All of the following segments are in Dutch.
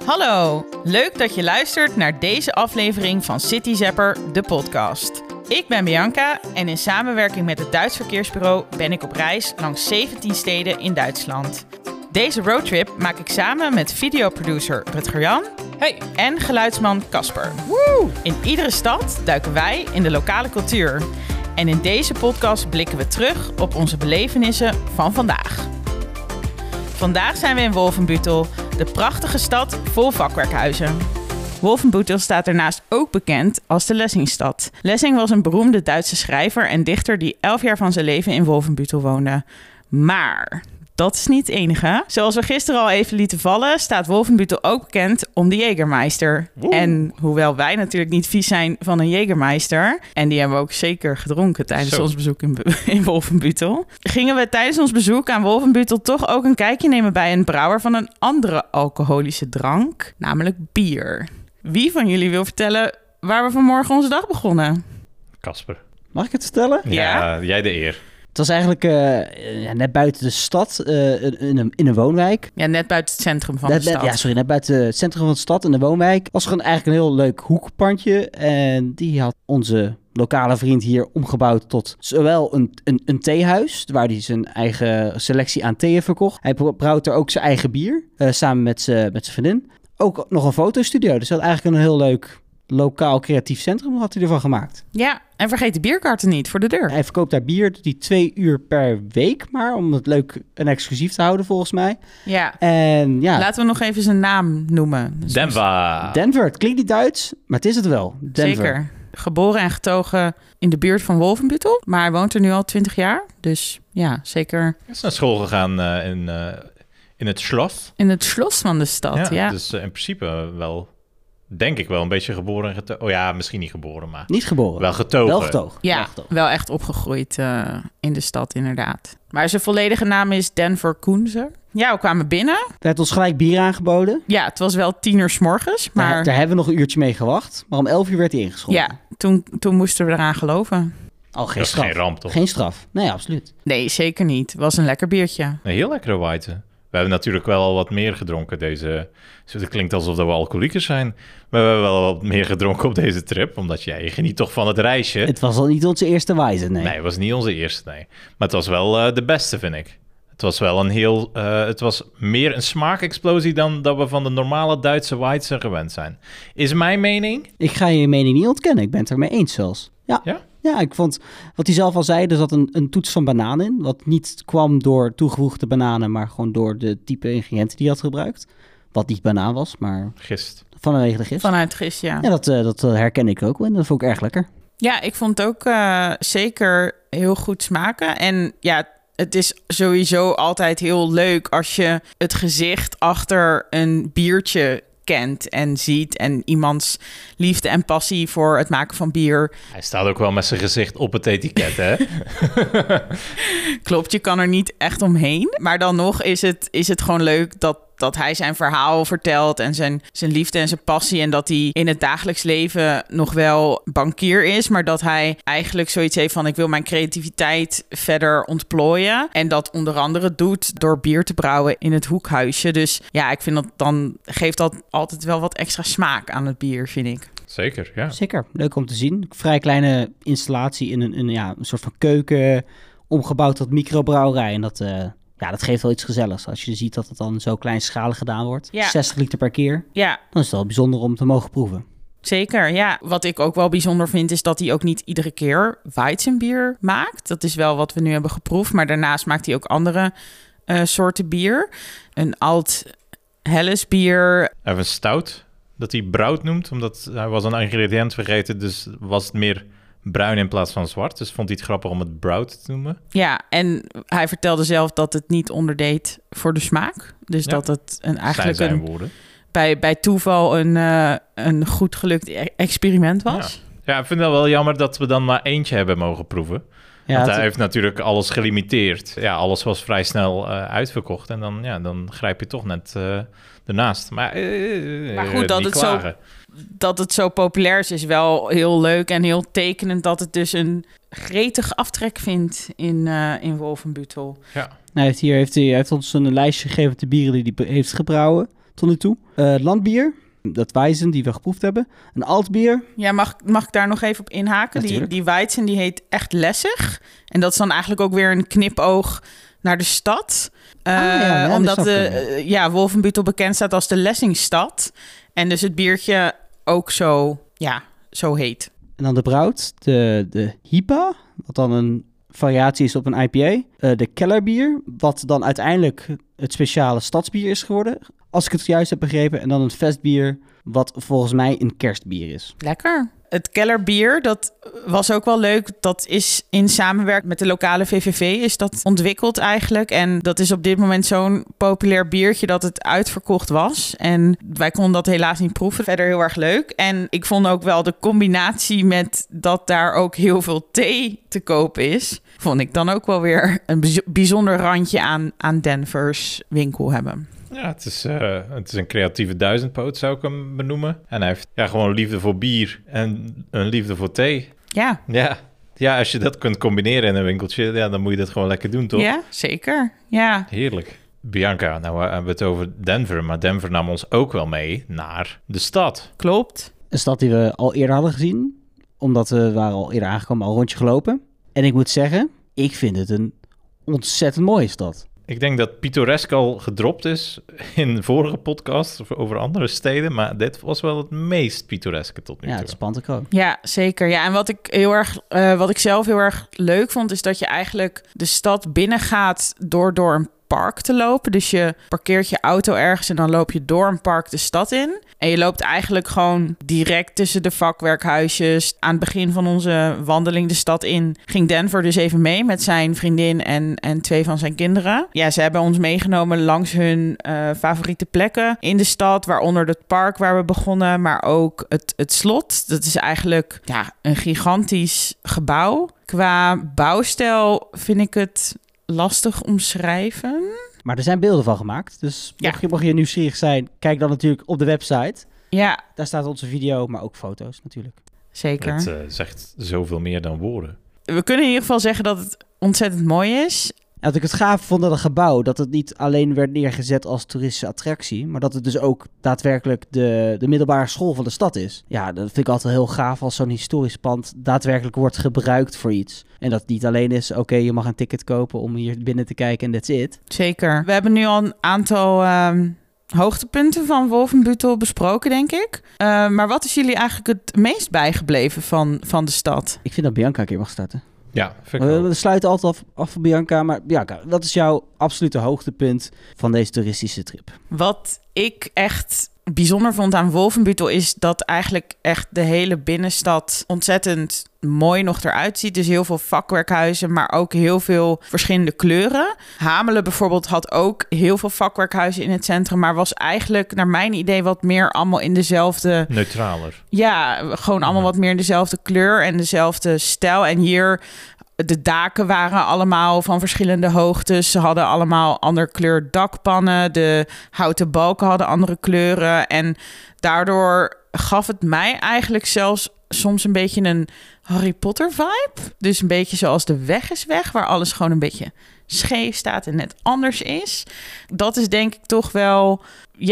Hallo, leuk dat je luistert naar deze aflevering van City Zapper, de podcast. Ik ben Bianca en in samenwerking met het Duits Verkeersbureau ben ik op reis langs 17 steden in Duitsland. Deze roadtrip maak ik samen met videoproducer Rutger-Jan en geluidsman Casper. In iedere stad duiken wij in de lokale cultuur. En in deze podcast blikken we terug op onze belevenissen van vandaag. Vandaag zijn we in Wolfenbüttel, de prachtige stad vol vakwerkhuizen. Wolfenbüttel staat daarnaast ook bekend als de Lessingstad. Lessing was een beroemde Duitse schrijver en dichter die 11 jaar van zijn leven in Wolfenbüttel woonde. Maar dat is niet het enige. Zoals we gisteren al even lieten vallen, staat Wolfenbüttel ook bekend om de Jägermeister. En hoewel wij natuurlijk niet vies zijn van een Jägermeister, en die hebben we ook zeker gedronken tijdens ons bezoek in Wolfenbüttel, gingen we tijdens ons bezoek aan Wolfenbüttel toch ook een kijkje nemen bij een brouwer van een andere alcoholische drank, namelijk bier. Wie van jullie wil vertellen waar we vanmorgen onze dag begonnen? Casper. Mag ik het vertellen? Ja, jij de eer. Het was eigenlijk net buiten de stad, in een woonwijk. Ja, net buiten het centrum van de stad. Net buiten het centrum van de stad, in de woonwijk. Was gewoon eigenlijk een heel leuk hoekpandje. En die had onze lokale vriend hier omgebouwd tot zowel een theehuis, waar hij zijn eigen selectie aan theeën verkocht. Hij brouwt er ook zijn eigen bier, samen met zijn vriendin. Ook nog een fotostudio, dus dat eigenlijk een heel leuk lokaal creatief centrum had hij ervan gemaakt. Ja, en vergeet de bierkarten niet voor de deur. Hij verkoopt daar bier, die 2 uur per week maar, om het leuk en exclusief te houden volgens mij. Ja. En ja. Laten we nog even zijn naam noemen. Dus Denver, het klinkt niet Duits, maar het is het wel. Denver. Zeker. Geboren en getogen in de buurt van Wolfenbüttel, maar hij woont er nu al 20 jaar. Dus ja, zeker. Hij is naar school gegaan in het Schloss. In het Schloss van de stad, ja. Dus in principe wel, denk ik wel, een beetje geboren en getogen. Oh ja, misschien niet geboren, maar niet geboren. Wel getogen. Wel getogen. Ja, wel echt opgegroeid in de stad, inderdaad. Maar zijn volledige naam is Denver Kunzer. Ja, we kwamen binnen. Er werd ons gelijk bier aangeboden. Ja, het was wel 10 uur 's morgens, maar Daar hebben we nog een uurtje mee gewacht. Maar om 11 uur werd hij ingeschonken. Ja, toen moesten we eraan geloven. Al geen Dat is straf. geen ramp, toch? Geen straf. Nee, absoluut. Nee, zeker niet. Het was een lekker biertje. Een heel lekkere white. We hebben natuurlijk wel al wat meer gedronken deze. Het klinkt alsof we alcoholiekers zijn. We hebben wel wat meer gedronken op deze trip, omdat je geniet toch van het reisje. Het was al niet onze eerste wijze, nee. Nee, het was niet onze eerste, nee. Maar het was wel de beste, vind ik. Het was wel het was meer een smaakexplosie dan dat we van de normale Duitse whites gewend zijn. Is mijn mening. Ik ga je mening niet ontkennen. Ik ben het ermee eens zelfs. Ja? Ja, ik vond, wat hij zelf al zei, er zat een toets van banaan in. Wat niet kwam door toegevoegde bananen, maar gewoon door de type ingrediënten die hij had gebruikt. Wat niet banaan was, maar Gist. vanwege de gist. Vanuit gist, ja. Ja, dat herken ik ook en dat vond ik erg lekker. Ja, ik vond het ook zeker heel goed smaken. En ja, het is sowieso altijd heel leuk als je het gezicht achter een biertje kent en ziet en iemands liefde en passie voor het maken van bier. Hij staat ook wel met zijn gezicht op het etiket, hè? Klopt, je kan er niet echt omheen. Maar dan nog is het gewoon leuk dat hij zijn verhaal vertelt en zijn liefde en zijn passie. En dat hij in het dagelijks leven nog wel bankier is, maar dat hij eigenlijk zoiets heeft van: ik wil mijn creativiteit verder ontplooien. En dat onder andere doet door bier te brouwen in het hoekhuisje. Dus ja, ik vind dan geeft dat altijd wel wat extra smaak aan het bier, vind ik. Zeker, ja. Zeker, leuk om te zien. Vrij kleine installatie in een soort van keuken, omgebouwd tot microbrouwerij. En dat geeft wel iets gezelligs. Als je ziet dat het dan zo kleinschalig gedaan wordt. Ja. 60 liter per keer. Ja. Dan is het wel bijzonder om te mogen proeven. Zeker, ja. Wat ik ook wel bijzonder vind, is dat hij ook niet iedere keer Weizenbier maakt. Dat is wel wat we nu hebben geproefd. Maar daarnaast maakt hij ook andere soorten bier. Een Alt Helles bier. Even stout, dat hij brood noemt, omdat hij was een ingrediënt vergeten. Dus was het meer bruin in plaats van zwart. Dus vond hij het grappig om het brood te noemen. Ja, en hij vertelde zelf dat het niet onderdeed voor de smaak. Dus dat het zijn woorden. Bij toeval een goed gelukt experiment was. Ja, ik vind het wel jammer dat we dan maar eentje hebben mogen proeven. Ja, want hij heeft natuurlijk alles gelimiteerd. Ja, alles was vrij snel uitverkocht. En dan grijp je toch net ernaast. Maar goed, dat het zo populair is wel heel leuk en heel tekenend dat het dus een gretig aftrek vindt in Wolfenbüttel. Ja. Hij heeft ons een lijstje gegeven met de bieren die hij heeft gebrouwen. tot nu toe. Landbier, dat Weizen die we geproefd hebben. Een Altbier. Ja, mag ik daar nog even op inhaken? Die Weizen die heet echt Lessig. En dat is dan eigenlijk ook weer een knipoog naar de stad. Omdat Wolfenbüttel bekend staat als de Lessingstad. En dus het biertje ook zo heet. En dan de Braut, de Hipa, wat dan een variatie is op een IPA. De Kellerbier, wat dan uiteindelijk het speciale stadsbier is geworden, als ik het juist heb begrepen. En dan een Vestbier, wat volgens mij een kerstbier is. Lekker. Het Kellerbier, dat was ook wel leuk. Dat is in samenwerking met de lokale VVV is dat ontwikkeld eigenlijk. En dat is op dit moment zo'n populair biertje dat het uitverkocht was. En wij konden dat helaas niet proeven. Verder heel erg leuk. En ik vond ook wel de combinatie met dat daar ook heel veel thee te koop is, vond ik dan ook wel weer een bijzonder randje aan Denver's winkel hebben. Ja, het is een creatieve duizendpoot, zou ik hem benoemen. En hij heeft gewoon liefde voor bier en een liefde voor thee. Ja. Ja, als je dat kunt combineren in een winkeltje, dan moet je dat gewoon lekker doen, toch? Ja, zeker. Ja. Heerlijk. Bianca, nou hebben we het over Denver, maar Denver nam ons ook wel mee naar de stad. Klopt. Een stad die we al eerder hadden gezien, omdat we waren al eerder aangekomen, al een rondje gelopen. En ik moet zeggen, ik vind het een ontzettend mooie stad. Ik denk dat pittoresk al gedropt is in de vorige podcast over andere steden, maar dit was wel het meest pittoreske tot nu toe. Ja, het is Pantenko. Ja, zeker. Ja, en wat ik zelf heel erg leuk vond, is dat je eigenlijk de stad binnengaat door een park te lopen. Dus je parkeert je auto ergens en dan loop je door een park de stad in. En je loopt eigenlijk gewoon direct tussen de vakwerkhuisjes. Aan het begin van onze wandeling de stad in ging Denver dus even mee met zijn vriendin en 2 van zijn kinderen. Ja, ze hebben ons meegenomen langs hun favoriete plekken in de stad, waaronder het park waar we begonnen, maar ook het slot. Dat is eigenlijk een gigantisch gebouw. Qua bouwstijl vind ik het lastig omschrijven. Maar er zijn beelden van gemaakt. Dus mocht je nieuwsgierig zijn, kijk dan natuurlijk op de website. Ja. Daar staat onze video, maar ook foto's natuurlijk. Zeker. Het zegt zoveel meer dan woorden. We kunnen in ieder geval zeggen dat het ontzettend mooi is. Wat ik het gaaf vond aan het gebouw, dat het niet alleen werd neergezet als toeristische attractie, maar dat het dus ook daadwerkelijk de middelbare school van de stad is. Ja, dat vind ik altijd heel gaaf als zo'n historisch pand daadwerkelijk wordt gebruikt voor iets. En dat het niet alleen is, oké, je mag een ticket kopen om hier binnen te kijken en that's it. Zeker. We hebben nu al een aantal hoogtepunten van Wolfenbüttel besproken, denk ik. Maar wat is jullie eigenlijk het meest bijgebleven van de stad? Ik vind dat Bianca een keer mag starten. Ja, we sluiten altijd af voor Bianca. Maar Bianca, wat is jouw absolute hoogtepunt van deze toeristische trip? Wat ik echt bijzonder vond aan Wolfenbüttel is dat eigenlijk echt de hele binnenstad ontzettend mooi nog eruit ziet. Dus heel veel vakwerkhuizen, maar ook heel veel verschillende kleuren. Hamelen bijvoorbeeld had ook heel veel vakwerkhuizen in het centrum, maar was eigenlijk naar mijn idee wat meer allemaal in dezelfde... Neutraler. Ja, gewoon allemaal wat meer in dezelfde kleur en dezelfde stijl. En hier... De daken waren allemaal van verschillende hoogtes. Ze hadden allemaal ander kleur dakpannen. De houten balken hadden andere kleuren. En daardoor gaf het mij eigenlijk zelfs soms een beetje een Harry Potter vibe. Dus een beetje zoals de weg is weg, waar alles gewoon een beetje scheef staat en net anders is. Dat is denk ik toch wel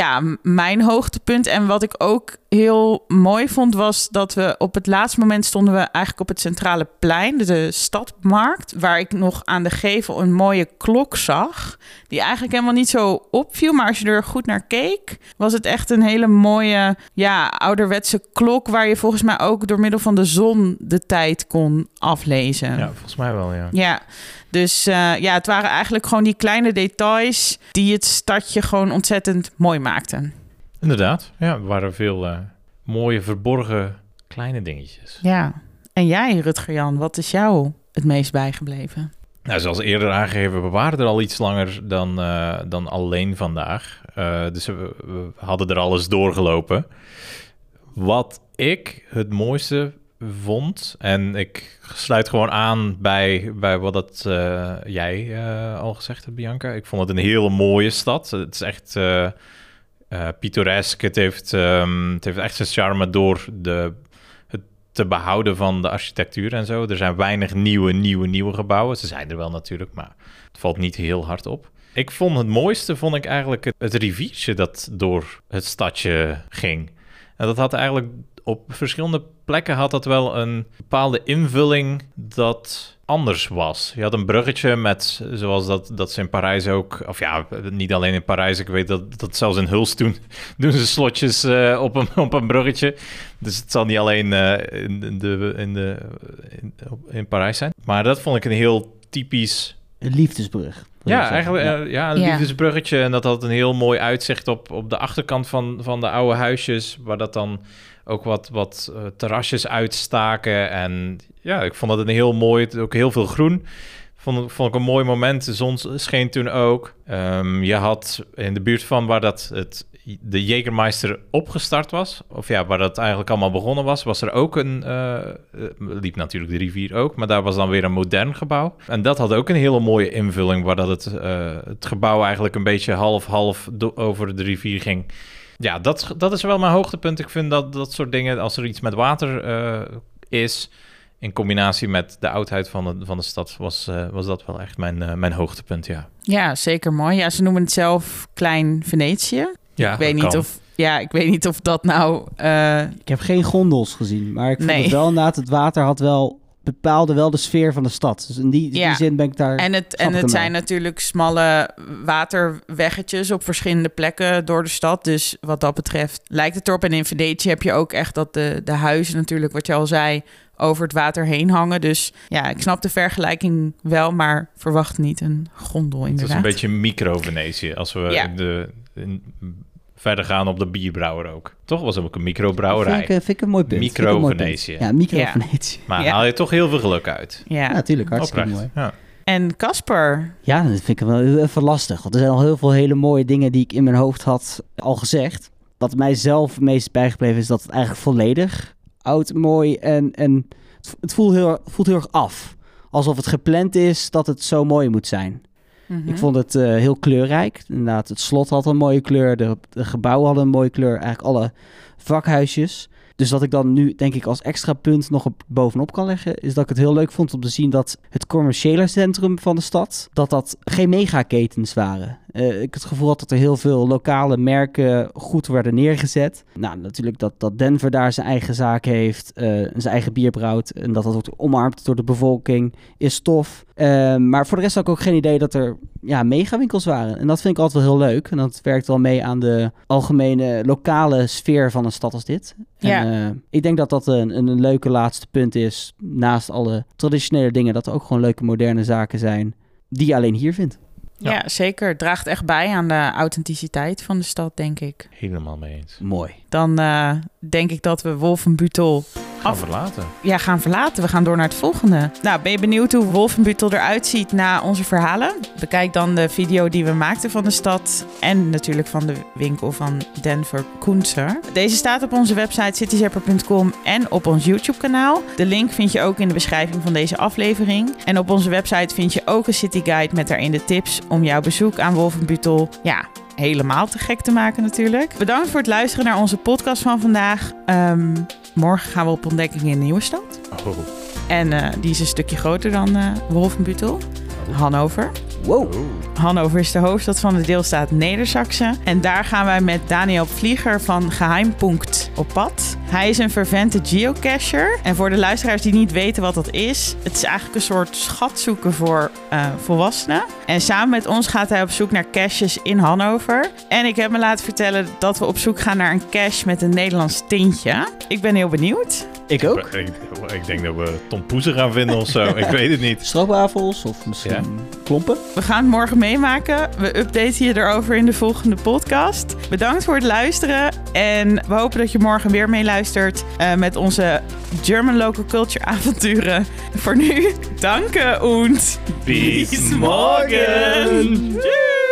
mijn hoogtepunt. En wat ik ook heel mooi vond, was dat we op het laatste moment stonden we eigenlijk op het centrale plein, de stadmarkt, waar ik nog aan de gevel een mooie klok zag, die eigenlijk helemaal niet zo opviel, maar als je er goed naar keek, was het echt een hele mooie, ouderwetse klok, waar je volgens mij ook door middel van de zon de tijd kon aflezen. Ja, volgens mij wel, ja. Ja. Dus het waren eigenlijk gewoon die kleine details die het stadje gewoon ontzettend mooi maakten. Inderdaad, ja, er waren veel mooie verborgen kleine dingetjes. Ja, en jij, Rutger-Jan, wat is jou het meest bijgebleven? Nou, zoals eerder aangegeven, we waren er al iets langer dan alleen vandaag. Dus we hadden er alles doorgelopen. Wat ik het mooiste vond, en ik sluit gewoon aan bij wat jij al gezegd hebt, Bianca. Ik vond het een hele mooie stad. Het is echt pittoresk. Het heeft echt zijn charme door het te behouden van de architectuur en zo. Er zijn weinig nieuwe gebouwen. Ze zijn er wel natuurlijk, maar het valt niet heel hard op. Ik vond het mooiste, eigenlijk het riviertje dat door het stadje ging. En dat had eigenlijk op verschillende plekken had dat wel een bepaalde invulling dat anders was. Je had een bruggetje met, zoals dat ze in Parijs ook, of ja, niet alleen in Parijs, ik weet dat zelfs in Hulst doen ze slotjes op een bruggetje. Dus het zal niet alleen in Parijs zijn. Maar dat vond ik een heel typisch... Een liefdesbrug. Ja, eigenlijk een liefdesbruggetje. En dat had een heel mooi uitzicht op de achterkant van de oude huisjes, waar dat dan ook wat terrasjes uitstaken. En ja, ik vond dat een heel mooi, ook heel veel groen. Vond ik een mooi moment. De zon scheen toen ook. Je had in de buurt van waar de Jägermeister opgestart was, of ja, waar dat eigenlijk allemaal begonnen was er ook liep natuurlijk de rivier ook, maar daar was dan weer een modern gebouw. En dat had ook een hele mooie invulling, waar dat het gebouw eigenlijk een beetje half over de rivier ging. Ja, dat is wel mijn hoogtepunt. Ik vind dat soort dingen, als er iets met water is, in combinatie met de oudheid van de stad, was dat wel echt mijn hoogtepunt, ja. Ja, zeker mooi. Ja, ze noemen het zelf Klein Venetië. Ja, ik weet niet of dat nou... Ik heb geen gondels gezien, maar ik vond het wel inderdaad, het water bepaalde wel de sfeer van de stad. Dus in die zin ben ik daar... En het zijn natuurlijk smalle waterweggetjes op verschillende plekken door de stad. Dus wat dat betreft lijkt het erop. En in Venetië heb je ook echt dat de huizen natuurlijk, wat je al zei, over het water heen hangen. Dus ja, ik snap de vergelijking wel, maar verwacht niet een gondel inderdaad. Het is een beetje micro-Venetië, als we verder gaan op de bierbrouwer ook. Toch was het ook een microbrouwerij. Vind ik een mooi punt. Micro-Venetië. Ja, micro-Venetië. Maar haal je toch heel veel geluk uit. Ja, natuurlijk. Hartstikke mooi. Ja. En Casper? Ja, dat vind ik wel even lastig. Want er zijn al heel veel hele mooie dingen die ik in mijn hoofd had al gezegd. Wat mij zelf het meest bijgebleven is dat het eigenlijk volledig oud, mooi en het voelt heel erg af. Alsof het gepland is dat het zo mooi moet zijn. Mm-hmm. Ik vond het heel kleurrijk. Inderdaad, het slot had een mooie kleur. De gebouwen hadden een mooie kleur. Eigenlijk alle vakhuisjes. Dus wat ik dan nu, denk ik, als extra punt nog bovenop kan leggen, is dat ik het heel leuk vond om te zien dat het commerciële centrum van de stad, dat geen megaketens waren. Ik het gevoel had dat er heel veel lokale merken goed werden neergezet. Nou, natuurlijk dat Denver daar zijn eigen zaak heeft, zijn eigen bier brouwt en dat wordt omarmd door de bevolking, is tof. Maar voor de rest had ik ook geen idee dat er megawinkels waren. En dat vind ik altijd wel heel leuk. En dat werkt wel mee aan de algemene lokale sfeer van een stad als dit. Ja. En ik denk dat een leuke laatste punt is. Naast alle traditionele dingen, dat er ook gewoon leuke moderne zaken zijn die je alleen hier vindt. Ja, zeker. Het draagt echt bij aan de authenticiteit van de stad, denk ik. Helemaal mee eens. Mooi. Dan denk ik dat we Wolfenbüttel gaan verlaten. We gaan door naar het volgende. Nou, ben je benieuwd hoe Wolfenbüttel eruit ziet na onze verhalen? Bekijk dan de video die we maakten van de stad en natuurlijk van de winkel van Denver Kunzer. Deze staat op onze website cityzapper.com en op ons YouTube-kanaal. De link vind je ook in de beschrijving van deze aflevering. En op onze website vind je ook een cityguide met daarin de tips om jouw bezoek aan Wolfenbüttel helemaal te gek te maken natuurlijk. Bedankt voor het luisteren naar onze podcast van vandaag. Morgen gaan we op ontdekking in een nieuwe stad. Oh. En die is een stukje groter dan Wolfenbüttel. Hannover. Wow. Hannover is de hoofdstad van de deelstaat Neder-Saxen. En daar gaan wij met Daniel Vlieger van Geheimpunkt op pad. Hij is een fervente geocacher. En voor de luisteraars die niet weten wat dat is, het is eigenlijk een soort schat zoeken voor volwassenen. En samen met ons gaat hij op zoek naar caches in Hannover. En ik heb me laten vertellen dat we op zoek gaan naar een cache met een Nederlands tintje. Ik ben heel benieuwd. Ik ook. Ik denk dat we Tom Poezen gaan vinden of zo. Ik weet het niet. Stroopwafels of misschien klompen. We gaan het morgen meemaken. We updaten je erover in de volgende podcast. Bedankt voor het luisteren. En we hopen dat je morgen weer meeluistert met onze German Local Culture avonturen. Voor nu, danke und bis morgen. Tschüss.